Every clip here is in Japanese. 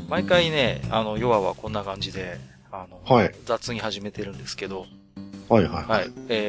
毎回ね、ヨアはこんな感じで、 はい。 雑に始めてるんですけど、 はいはい。 はい。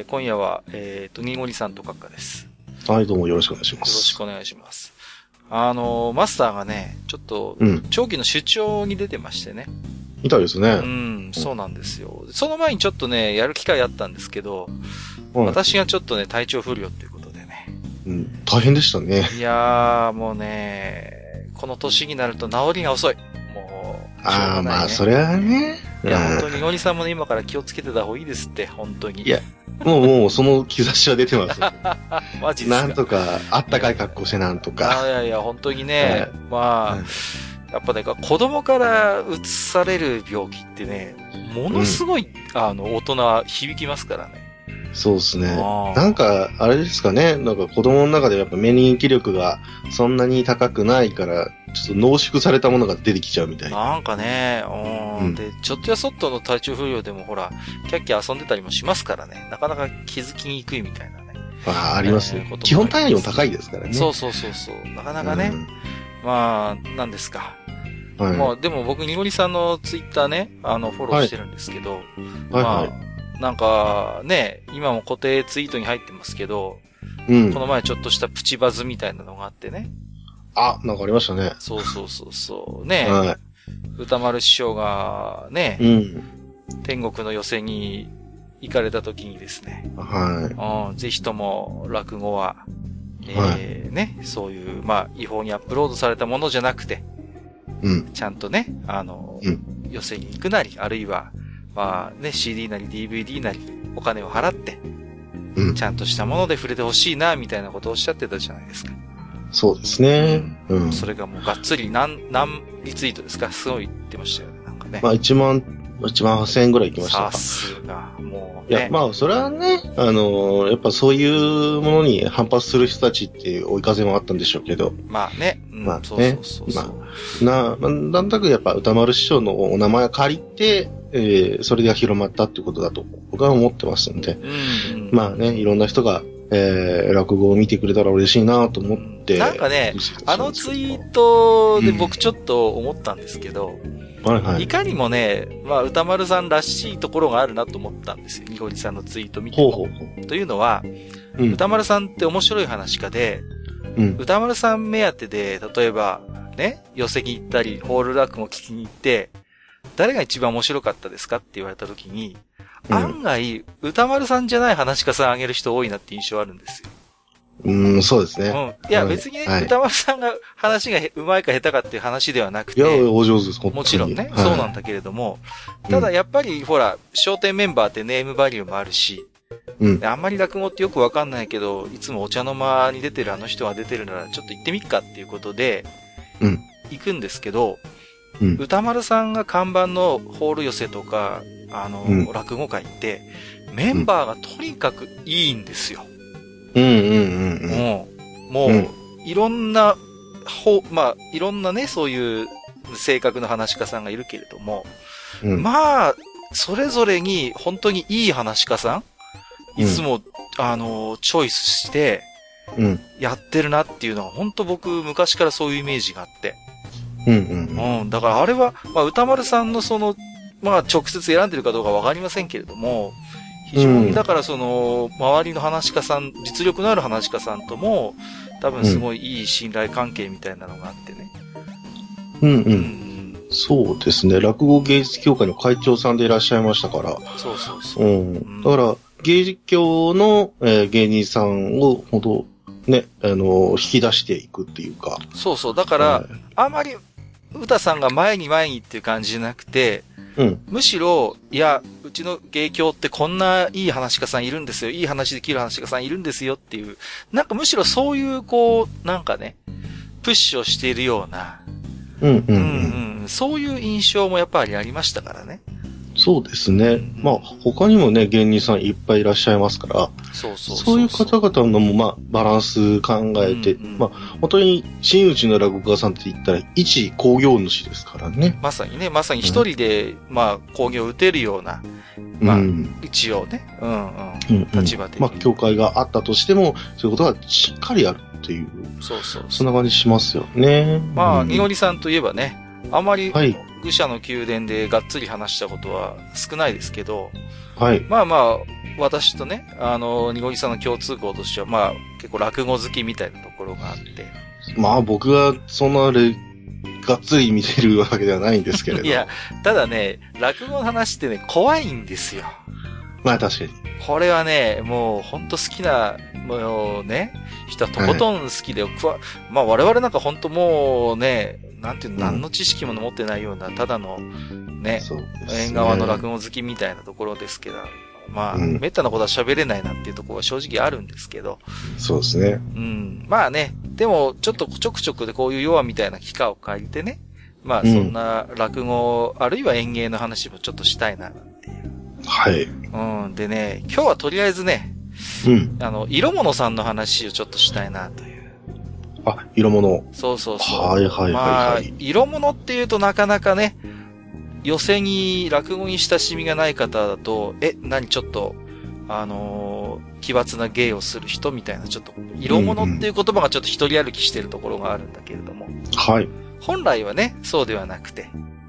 今夜は、ニゴリさんと閣下です。 はい、どうもよろしくお願いします。 よろしくお願いします。マスターがね、ちょっと、長期の出張に出てましてね。 みたいですね。 そうなんですよ。その前にちょっとね、やる機会あったんですけど、私がちょっとね、体調不良っていうことでね。 大変でしたね。 いやー、もうね、この年になると治りが遅い。もう、 ああ、まあ、それはね。 いや、本当に、ゴニさんもね、今から気をつけてた方がいいですって、本当に。 いや、もう、その兆しは出てますよ。 マジですか。 なんとか、あったかい格好してなんとか。 いや、本当にね、まあ、やっぱね、子供から移される病気ってね、ものすごい、大人は響きますからね。 そうですね。なんか、あれですかね、なんか子供の中でやっぱ免疫力がそんなに高くないから、ちょっと濃縮されたものが出てきちゃうみたいな。 なんかね、で、ちょっとやそっとの体調不良でもほら、キャッキャ遊んでたりもしますからね、なかなか気づきにくいみたいなね。 ありますね。基本単位も高いですからね。 そう。なかなかね、まあ、なんですか。まあ、でも僕、ニゴリさんのツイッターね、フォローしてるんですけど、まあ、なんか、ね、今も固定ツイートに入ってますけど、この前ちょっとしたプチバズみたいなのがあってね。 なんかありましたね。 そう。ね、歌丸師匠がね、天国の寄席に行かれた時にですね、ぜひとも落語は、ね、そういう、まあ、違法にアップロードされたものじゃなくて、ちゃんとね、寄席に行くなり、あるいは、まあね、CD なり DVD なり、お金を払って、ちゃんとしたもので触れてほしいな、みたいなことをおっしゃってたじゃないですか。 そうですね。 それがもうがっつり何リツイートですか？すごい言ってましたよね、なんかね。 まあ1万8000円ぐらい行きましたか。 さすが、もうね。いや、まあそれはね、やっぱそういうものに反発する人たちっていう追い風もあったんでしょうけど。 まあね。 まあね。なんとなくやっぱ歌丸師匠のお名前を借りて、それが広まったっていうことだと僕は思ってますんで。まあね、いろんな人が落語を見てくれたら嬉しいなと思って。 なんかね、ツイートで僕ちょっと思ったんですけど、いかにもね、まあ、歌丸さんらしいところがあるなと思ったんですよ。ニゴリさんのツイート見ても。というのは、歌丸さんって面白い話家で、歌丸さん目当てで、例えば、ね、寄席に行ったり、ホール落語聞きに行って、誰が一番面白かったですかって言われたときに、案外、歌丸さんじゃない話家さんあげる人多いなって印象あるんですよ。 そうですね。 いや、別にね、歌丸さんが話が上手いか下手かっていう話ではなくて。 いや、お上手です、 もちろんね、そうなんだけれども、ただやっぱり、ほら、笑点メンバーってネームバリューもあるし、あんまり落語ってよくわかんないけど、いつもお茶の間に出てるあの人が出てるなら、ちょっと行ってみっかっていうことで、行くんですけど、歌丸さんが看板のホール寄せとか、落語会って、メンバーがとにかくいいんですよ。もう、いろんな、まあ、いろんなね、そういう性格の話家さんがいるけれども、まあ、それぞれに本当にいい話家さん、いつも、チョイスして、やってるなっていうのは、本当僕、昔からそういうイメージがあって。だからあれは、まあ、歌丸さんのまあ、直接選んでるかどうかわかりませんけれども、非常にだから周りの話家さん、実力のある話家さんとも、多分すごいいい信頼関係みたいなのがあってね。 そうですね。落語芸術協会の会長さんでいらっしゃいましたから。だから、芸術協の、芸人さんを、ほど、ね、引き出していくっていうか。 だから、あんまり、歌さんが前にっていう感じじゃなくて、むしろ、いや、うちの芸協ってこんないい話家さんいるんですよ。いい話できる話家さんいるんですよっていう、なんかむしろそういうなんかね、プッシュをしているような、そういう印象もやっぱりありましたからね。 そうですね。まあ、他にもね、芸人さんいっぱいいらっしゃいますから、そういう方々のも、まあ、バランス考えて、まあ、本当に、真打ちの落語家さんって言ったら、一興業主ですからね。 まさにね、まさに一人で、まあ、興行を打てるような、まあ、一応ね、立場で。 まあ、協会があったとしても、そういうことがしっかりあるっていう。そんな感じしますよね。 まあ、ニゴリさんといえばね、 あまり、愚者の宮殿でがっつり話したことは少ないですけど、 はい。 まあまあ、私とね、にごりさんの共通項としては、まあ、結構落語好きみたいなところがあって。 まあ僕は、そんながっつり見てるわけではないんですけれど。 いや、ただね、落語の話ってね、怖いんですよ。 まあ確かに。 これはね、もうほんと好きな、もうね、人はとことん好きで、まあ我々なんかほんともうね、なんていうの、何の知識も持ってないような、ただの、ね、縁側の落語好きみたいなところですけど、まあ、めったなことは喋れないなっていうところは正直あるんですけど。 そうですね。 まあね、でも、ちょっとちょくちょくでこういう弱みたいな機会を借りてね、まあそんな落語、あるいは演芸の話もちょっとしたいな、っていう。 はい。 でね、今日はとりあえずね、色物さんの話をちょっとしたいな、という。 あ、色物。 そうそうそう。 はいはいはい、はい。 まあ、色物っていうとなかなかね、寄席に、落語に親しみがない方だと、何ちょっと、奇抜な芸をする人みたいな、ちょっと、色物っていう言葉がちょっと一人歩きしてるところがあるんだけれども。 はい。 本来はね、そうではなくて。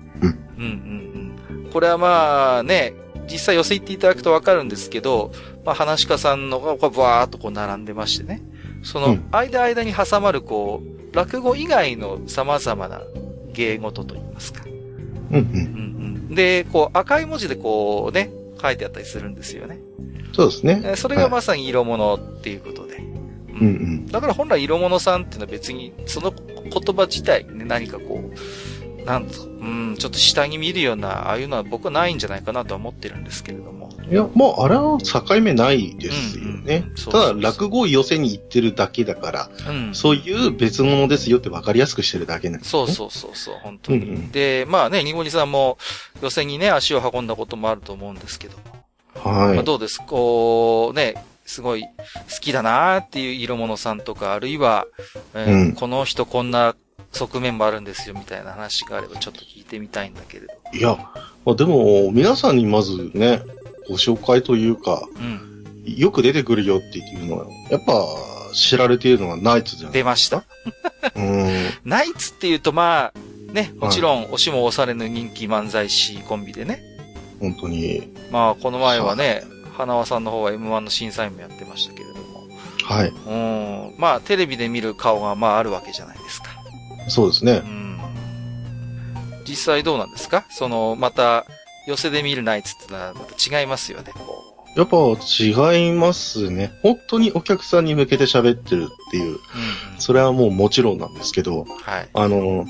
これはまあね、実際寄席行っていただくとわかるんですけど、まあ、話し家さんのがバーっとこう並んでましてね。その、間に挟まるこう、落語以外の様々な芸事といいますか。で、こう、赤い文字でこうね、書いてあったりするんですよね。 そうですね。 それがまさに色物っていうことで。だから本来色物さんっていうのは別に、その言葉自体にね、何かこう、ちょっと下に見るような、ああいうのは僕はないんじゃないかなとは思ってるんですけれども。 いや、もうあれは境目ないですよね。ただ落語寄席に行ってるだけだから、そういう別物ですよって分かりやすくしてるだけなんですね。 そう、本当に。で、まあね、にごにさんも寄席にね、足を運んだこともあると思うんですけども。はい。まあ、どうですかこう、ね、すごい好きだなーっていう色物さんとか、あるいは、この人こんな側面もあるんですよみたいな話があればちょっと聞いてみたいんだけれど。 いや、まあ、でも、皆さんにまずね、ご紹介というか、よく出てくるよっていうのは、やっぱ知られているのはナイツじゃないですか。 出ました。ナイツっていうとまあ、ね、もちろん押しも押されぬ人気漫才師コンビでね。 本当に。 まあ、この前はね、花輪さんの方は M1 の審査員もやってましたけれども。 はい。 まあ、テレビで見る顔がまああるわけじゃないですか。 そうですね。 実際どうなんですかまた、寄席で見るナイツってのはまた違いますよね、こう。やっぱ違いますね。本当にお客さんに向けて喋ってるっていう。それはもうもちろんなんですけど、はい、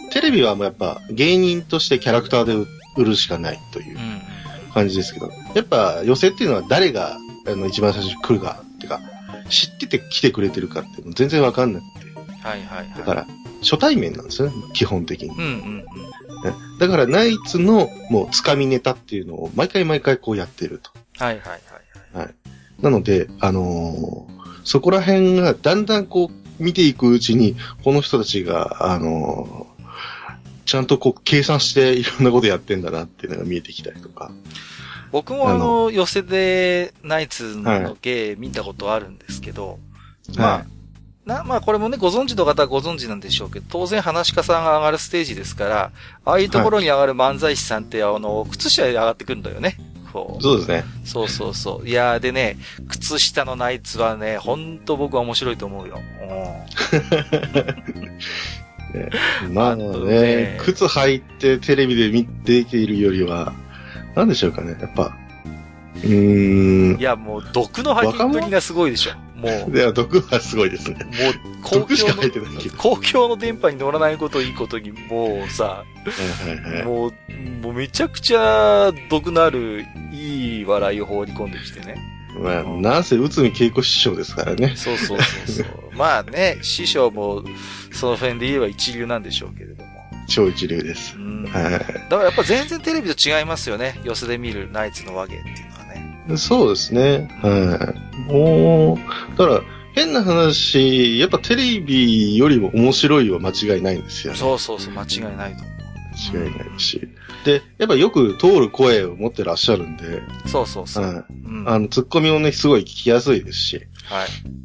テレビはやっぱ芸人としてキャラクターで売るしかないという感じですけど、やっぱ寄席っていうのは誰が一番最初に来るかっていうか、知ってて来てくれてるかっていうの全然わかんなくて。だから、初対面なんですよね、基本的に。だからナイツのもうつかみネタっていうのを毎回こうやってると。はい。なので、そこら辺がだんだんこう見ていくうちに、この人たちが、ちゃんとこう計算していろんなことやってんだなっていうのが見えてきたりとか。 僕も寄席でナイツの芸見たことあるんですけど、まあこれもね、ご存知の方はご存知なんでしょうけど、当然話し家さんが上がるステージですから、ああいうところに上がる漫才師さんって、靴下で上がってくるんだよね。 そうですね。 そう。いやーでね、靴下のナイツはね、ほんと僕は面白いと思うよ。 まあね、靴履いてテレビで出ているよりは、なんでしょうかね、やっぱ。 いや、もう毒の吐きっぷりがすごいでしょ。もう。 いや、毒はすごいですね。 もう、毒しか入ってないけど。公共の電波に乗らないこといいことに、もうさ、もうめちゃくちゃ毒のあるいい笑いを放り込んできてね。 まあ、なんせ内海恵子師匠ですからね。 そう。まあね、師匠も、その辺で言えば一流なんでしょうけれども。 超一流です。 だからやっぱ全然テレビと違いますよね。寄席で見るナイツの和芸っていうのはね。 そうですね。もう、だから変な話、やっぱテレビよりも面白いは間違いないんですよね。 そう、間違いないと思う。間違いないし。で、やっぱよく通る声を持ってらっしゃるんで。 そう。 ツッコミもね、すごい聞きやすいですし。 はい。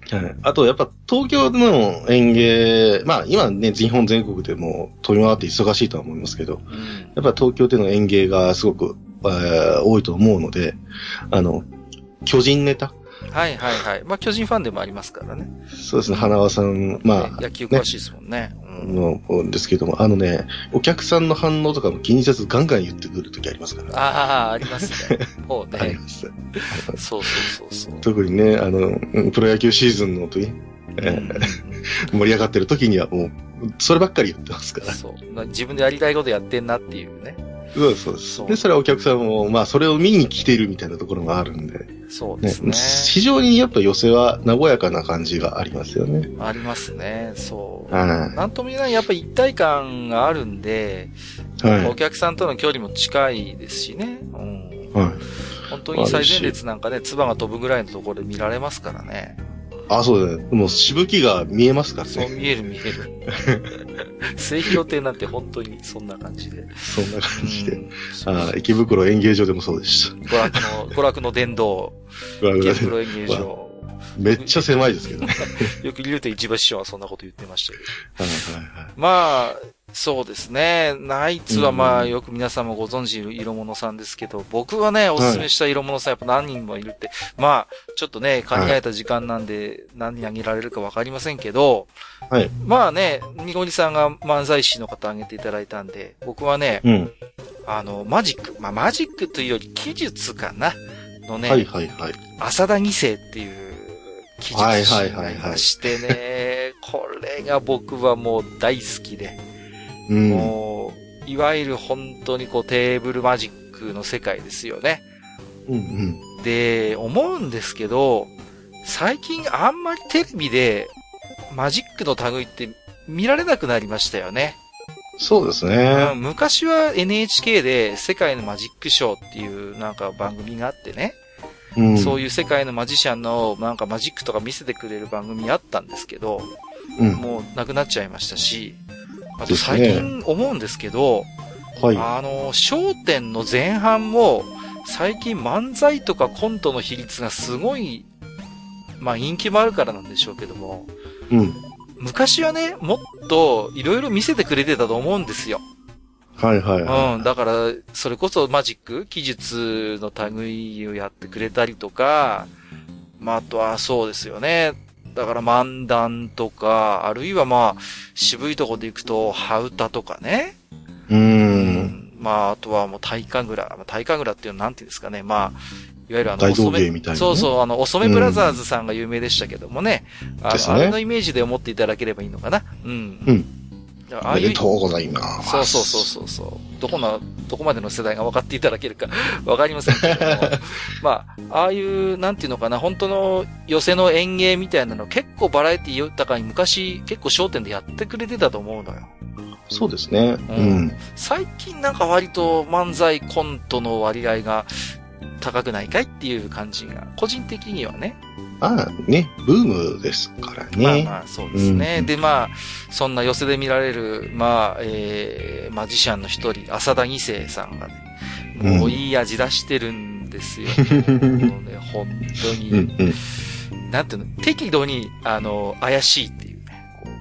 はい。あと、やっぱ、東京の園芸、まあ、今ね、日本全国でも飛び回って忙しいとは思いますけど、やっぱ東京での園芸がすごく、多いと思うので、巨人ネタ。 はいはいはい。まあ、巨人ファンでもありますからね。 そうですね、花輪さん、まあ。 野球詳しいですもんね。 ですけども、お客さんの反応とかも気にせずガンガン言ってくるときありますから。 ああ、ありますね。そうね。 あります。 そうそう。 特にね、プロ野球シーズンの時、盛り上がってる時にはもう、そればっかり言ってますから。 そう。自分でやりたいことやってんなっていうね。 そうです。で、それはお客さんも、まあ、それを見に来ているみたいなところがあるんで。 そうですね。 非常にやっぱ寄せは和やかな感じがありますよね。 ありますね。そう。なんとも言えない、やっぱり一体感があるんで、お客さんとの距離も近いですしね。本当に最前列なんかね、唾が飛ぶぐらいのところで見られますからね。 そうだね。もうしぶきが見えますからね。 そう見える。末広亭なんて本当にそんな感じで。 そんな感じで。池袋演芸場でもそうでした。 娯楽の殿堂。池袋演芸場。 めっちゃ狭いですけど。 よく言うと市場師匠はそんなこと言ってましたけど。まあ、そうですね。ナイツはまあ、よく皆さんもご存知色物さんですけど、僕はね、おすすめした色物さんやっぱ何人もいるって、まあ、ちょっとね、限られた時間なんで、何人あげられるかわかりませんけど、まあね、にごりさんが漫才師の方あげていただいたんで、僕はね、マジック、まあマジックというより技術かな、のね、浅田二世っていう技術師がいましてね、これが僕はもう大好きで、もう、いわゆる本当にこうテーブルマジックの世界ですよね。で、思うんですけど、最近あんまりテレビでマジックの類って見られなくなりましたよね。 そうですね。 昔は NHK で世界のマジックショーっていうなんか番組があってね。そういう世界のマジシャンのなんかマジックとか見せてくれる番組あったんですけど、もうなくなっちゃいましたし、あと最近思うんですけど、笑点の前半も最近漫才とかコントの比率がすごい、まあ人気もあるからなんでしょうけども、昔はね、もっといろいろ見せてくれてたと思うんですよ。だから、それこそマジック、技術の類をやってくれたりとか、まああとはそうですよね。だから漫談とか、あるいはまあ、渋いとこで行くと、ハウタとかね。まあ、あとはもう大神楽っていうのはなんていうんですかね。まあ、いわゆる大道芸みたいな、ね。 そうそう、お染ブラザーズさんが有名でしたけどもね。あれのイメージで思っていただければいいのかな。 おめでとうございます。 そう。どこまでの世代が分かっていただけるか分かりませんけども。まあ、ああいう、なんていうのかな、本当の寄せの演芸みたいなの結構バラエティ豊かに昔結構笑点でやってくれてたと思うのよ。 そうですね。 最近なんか割と漫才コントの割合が高くないかいっていう感じが、個人的にはね。 ブームですからね。 まあそうですね。で、まあ、そんな寄せで見られる、まあ、マジシャンの一人、浅田二世さんがね、もういい味出してるんですよ。もうね、本当に、なんていうの、適度に、怪しいっていうね。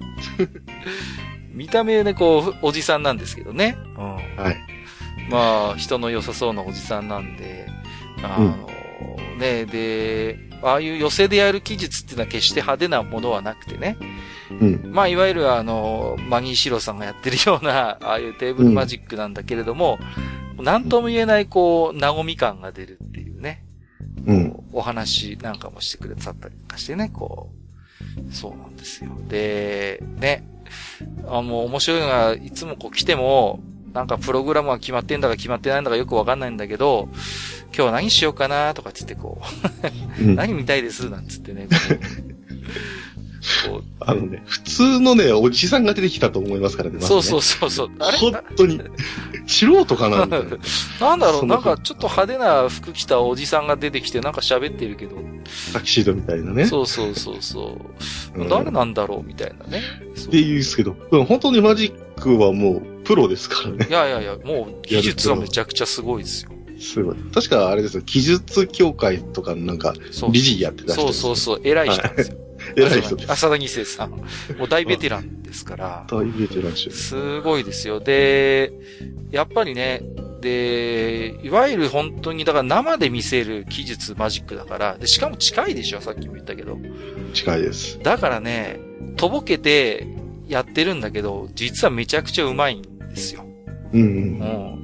見た目ね、こう、おじさんなんですけどね。まあ、人の良さそうなおじさんなんで、ね、で、ああいう寄せでやる技術っていうのは決して派手なものはなくてね。まあ、いわゆるマギーシロさんがやってるような、ああいうテーブルマジックなんだけれども、なんとも言えない、こう、和み感が出るっていうね。お話なんかもしてくれさったりとかしてね、こう。そうなんですよ。で、ね。面白いのが、いつもこう来ても、なんかプログラムは決まってんだか決まってないんだかよくわかんないんだけど、今日は何しようかなとかつってこう、何見たいですなんつってね。 普通のね、おじさんが出てきたと思いますからね。 そう。 あれ本当に、素人かなみたいな。 なんだろう、なんかちょっと派手な服着たおじさんが出てきてなんか喋ってるけど。 タキシードみたいなね。 そう。誰なんだろうみたいなね。 って言うんですけど、本当にマジックはもうプロですからね。 いや、もう技術はめちゃくちゃすごいですよ。 すごい。確かあれですよ、技術協会とかなんか、理事やってた人。 そう、偉い人なんですよ。 偉い人です。 浅田二世さん。もう大ベテランですから。 大ベテランです。 すごいですよ。で、やっぱりね、で、いわゆる本当に、だから生で見せる技術マジックだから、で、しかも近いでしょ、さっきも言ったけど。 近いです。 だからね、とぼけてやってるんだけど、実はめちゃくちゃうまいんですよ。 うんうん。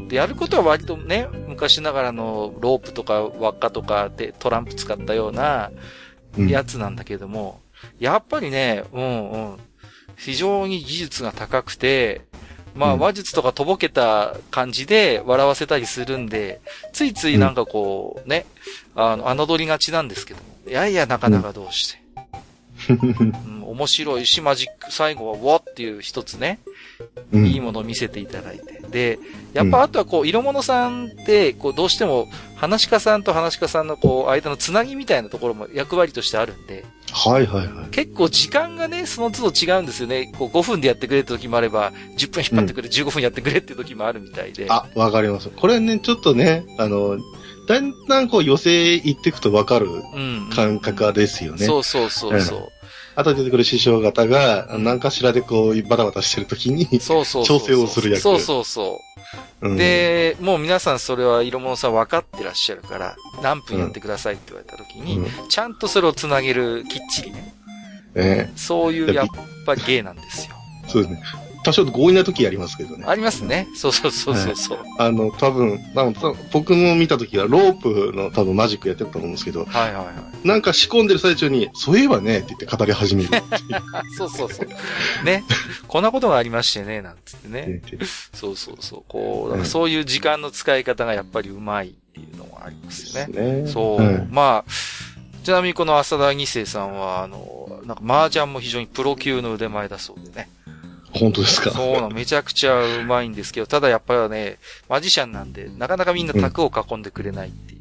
で、やることは割とね、昔ながらのロープとか輪っかとかでトランプ使ったようなやつなんだけども、やっぱりね、非常に技術が高くて、まあ話術とかとぼけた感じで笑わせたりするんで、ついついなんかこうね、侮りがちなんですけども、いやいやなかなかどうして。面白いし、マジック、最後はウォーっていう一つね、いいものを見せていただいて。で、やっぱあとはこう、色物さんって、こう、どうしても、話し家さんと話し家さんのこう、間のつなぎみたいなところも役割としてあるんで。 はいはいはい。 結構時間がね、その都度違うんですよね。こう、5分でやってくれって時もあれば、10分引っ張ってくれ、15分やってくれって時もあるみたいで。 あ、わかります。これね、ちょっとね、だんだんこう、寄せ行っていくとわかる感覚ですよね。 そうそうそうそう。 あと出てくる師匠方が、何かしらでこう、バタバタしてるときに、調整をする役。 そうそうそう。で、もう皆さんそれは色物さん分かってらっしゃるから、何分やってくださいって言われたときに、ちゃんとそれをつなげる、きっちりね。そういうやっぱり芸なんですよ。 そうですね。多少強引な時ありますけどね。 ありますね。そうそうそうそう。 多分、僕も見た時はロープの多分マジックやってたと思うんですけど、 はいはいはい。 なんか仕込んでる最中に、そういえばね、って言って語り始める。 そうそうそう。ね。こんなことがありましてね、なんつってね。そうそうそう。こう、だからそういう時間の使い方がやっぱりうまいっていうのがありますよね。そう。まあ、ちなみにこの浅田二世さんは、なんか麻雀も非常にプロ級の腕前だそうでね。 本当ですか？ そうめちゃくちゃうまいんですけど、ただやっぱりね、マジシャンなんで、なかなかみんな卓を囲んでくれないっていう。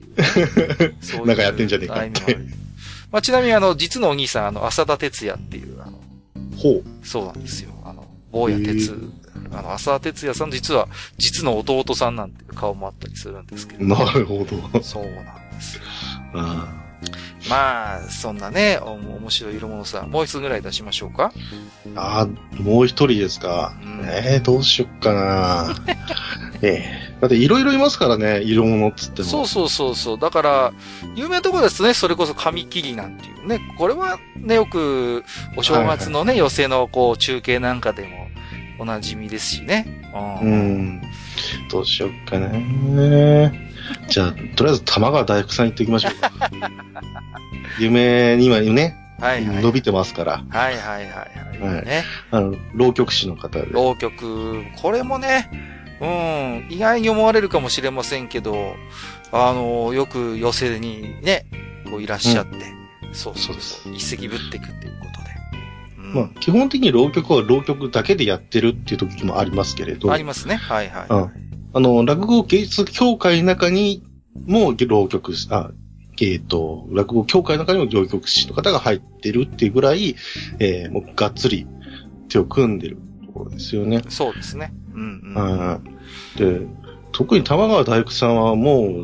そういうなんかやってんじゃねえかって。 まあ、ちなみに実のお兄さん、浅田哲也っていう、 ほう。 そうなんですよ。坊や哲、浅田哲也さん実の弟さんなんていう顔もあったりするんですけど。 なるほど。 そうなんですよ。まあ、そんなね、面白い色物さん。もう一つぐらい出しましょうか。 もう一人ですか。どうしよっかな。だっていろいろいますからね、色物っつっても。 そう。だから、有名なところですとね、それこそ紙切りなんていうね。これはね、よく、お正月のね、寄席のこう、中継なんかでも、おなじみですしね。 どうしよっかな。じゃあ、とりあえず玉川大福さん行っておきましょうか。夢にはね、伸びてますから。 はい。 ね、浪曲師の方で。 浪曲、これもね、意外に思われるかもしれませんけど、よく寄席にね、こういらっしゃって、そう一席ぶっていくっていうことで。 まあ、基本的に浪曲は浪曲だけでやってるっていう時もありますけれど。 ありますね。はい。 落語芸術協会の中にも浪曲師、落語協会の中にも浪曲師の方が入ってるっていうぐらい、もうがっつり手を組んでるところですよね。 そうですね。 で、特に玉川大福さんはもう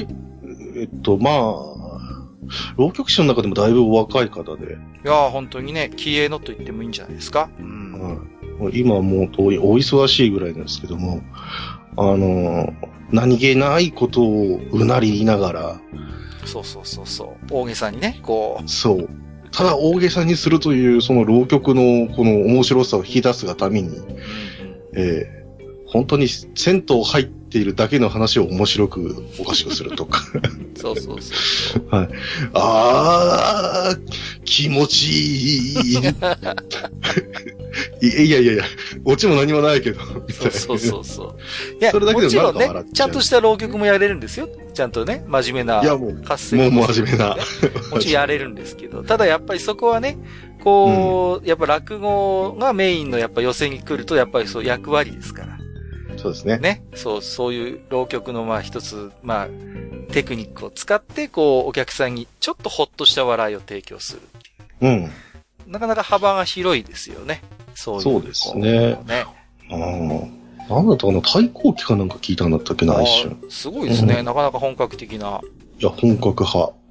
浪曲師の中でもだいぶお若い方で。 いやー、本当にね、気鋭のと言ってもいいんじゃないですか。 今もうお忙しいぐらいなんですけども、何気ないことをうなりながら。 そう。大げさにね、こう。 そう。ただ大げさにするという、その浪曲のこの面白さを引き出すがために、本当に銭湯入っているだけの話を面白くおかしくするとか。 そう。 はい。気持ちいい。いや、オチも何もないけど。 そう。いや、それだけでもなんか笑っちゃう。もちろんね、ちゃんとした浪曲もやれるんですよ。ちゃんとね、真面目な。 いや、もう真面目な。 もちろんやれるんですけど。ただやっぱりそこはね、こう、やっぱ落語がメインのやっぱ寄席に来ると、やっぱりそう役割ですから。 そうですね。 ね。そういう浪曲の一つ、テクニックを使って、こう、お客さんにちょっとほっとした笑いを提供するっていう。なかなか幅が広いですよね。 そうですね。なんだったかな、太閤記かなんか聞いたんだったっけな、一瞬。 すごいですね。なかなか本格的な。 いや、本格派。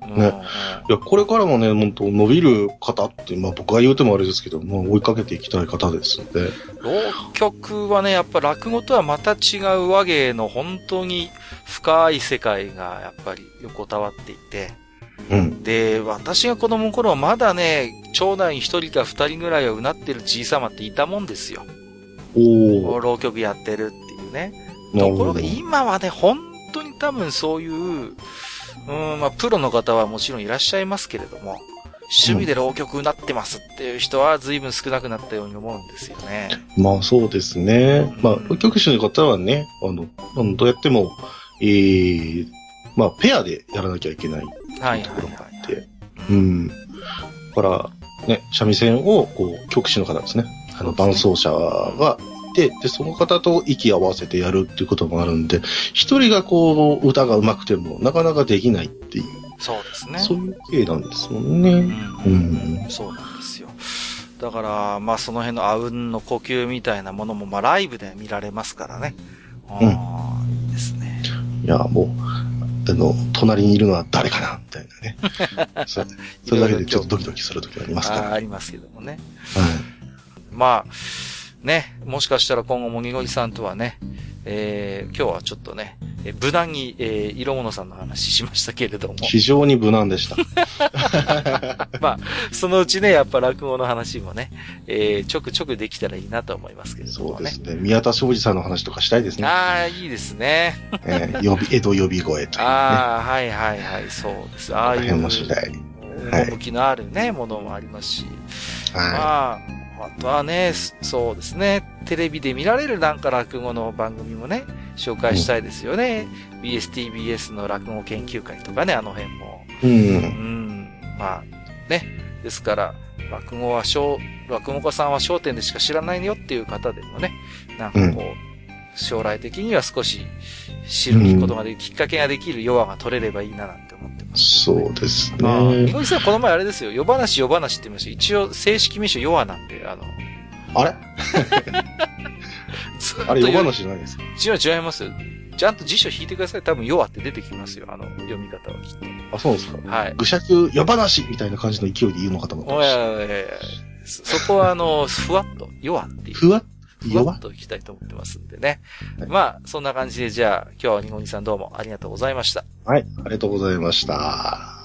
ね。いや、これからもね、本当伸びる方って、まあ僕が言うてもあれですけど、まあ追いかけていきたい方ですので。 浪曲はね、やっぱ落語とはまた違う話芸の本当に深い世界がやっぱり横たわっていて。うん。で、私が子供の頃はまだね、町内に一人か二人ぐらいはうなってるじいさまっていたもんですよ。浪曲やってるっていうね。ところが今はね、本当に多分そういう、まあ、プロの方はもちろんいらっしゃいますけれども、趣味で浪曲になってますっていう人は随分少なくなったように思うんですよね。 まあそうですね。まあ、浪曲師の方はね、どうやっても、まあ、ペアでやらなきゃいけない。はいところがあって。うん。だから、ね、三味線を、こう、曲師の方ですね。伴奏者がいて、で、その方と息合わせてやるっていうこともあるんで、一人がこう、歌が上手くても、なかなかできないっていう。 そうですね。 そういう系なんですもんね。 そうなんですよ。だから、まあ、その辺のあうんの呼吸みたいなものも、まあ、ライブで見られますからね。いいですね。 いや、もう、隣にいるのは誰かなみたいなね。それだけでちょっとドキドキするときありますから。 ありますけどもね。はい。まあ、ね、もしかしたら今後もにごりさんとはね、今日はちょっとね、無難に、色物さんの話しましたけれども。 非常に無難でした。 まあ、そのうちね、やっぱ落語の話もね、ちょくちょくできたらいいなと思いますけれどもね。 そうですね。宮田庄司さんの話とかしたいですね。 ああ、いいですね。 江戸呼び声とか、ね。 ああ、はいはいはい、そうです。ああいう。 面白い。 趣のあるね、ものもありますし。はい。まあ、あとはね、そうですね、テレビで見られるなんか落語の番組もね、紹介したいですよね。BSTBS の落語研究会とかね、あの辺も。まあ、ね。ですから、落語家さんは笑点でしか知らないよっていう方でもね、なんかこう、将来的には少し知ることができる、きっかけができる余話が取れればいいななんて思ってます。 そうですね。 みごりさんこの前あれですよ、夜話って言いました。一応正式名称余話なんで、 あれあれ夜話じゃないですか？ 違いますよ。ちゃんと辞書引いてください。多分夜話って出てきますよ。読み方はきっと。 あ、そうですか？ はい。 愚者級夜話みたいな感じの勢いで言うのかと思ってました。 そこはふわっと、夜話っていう。 ふわっといきたいと思ってますんでね。はい、まあ、そんな感じで、じゃあ、今日はにごにさんどうもありがとうございました。 はい、ありがとうございました。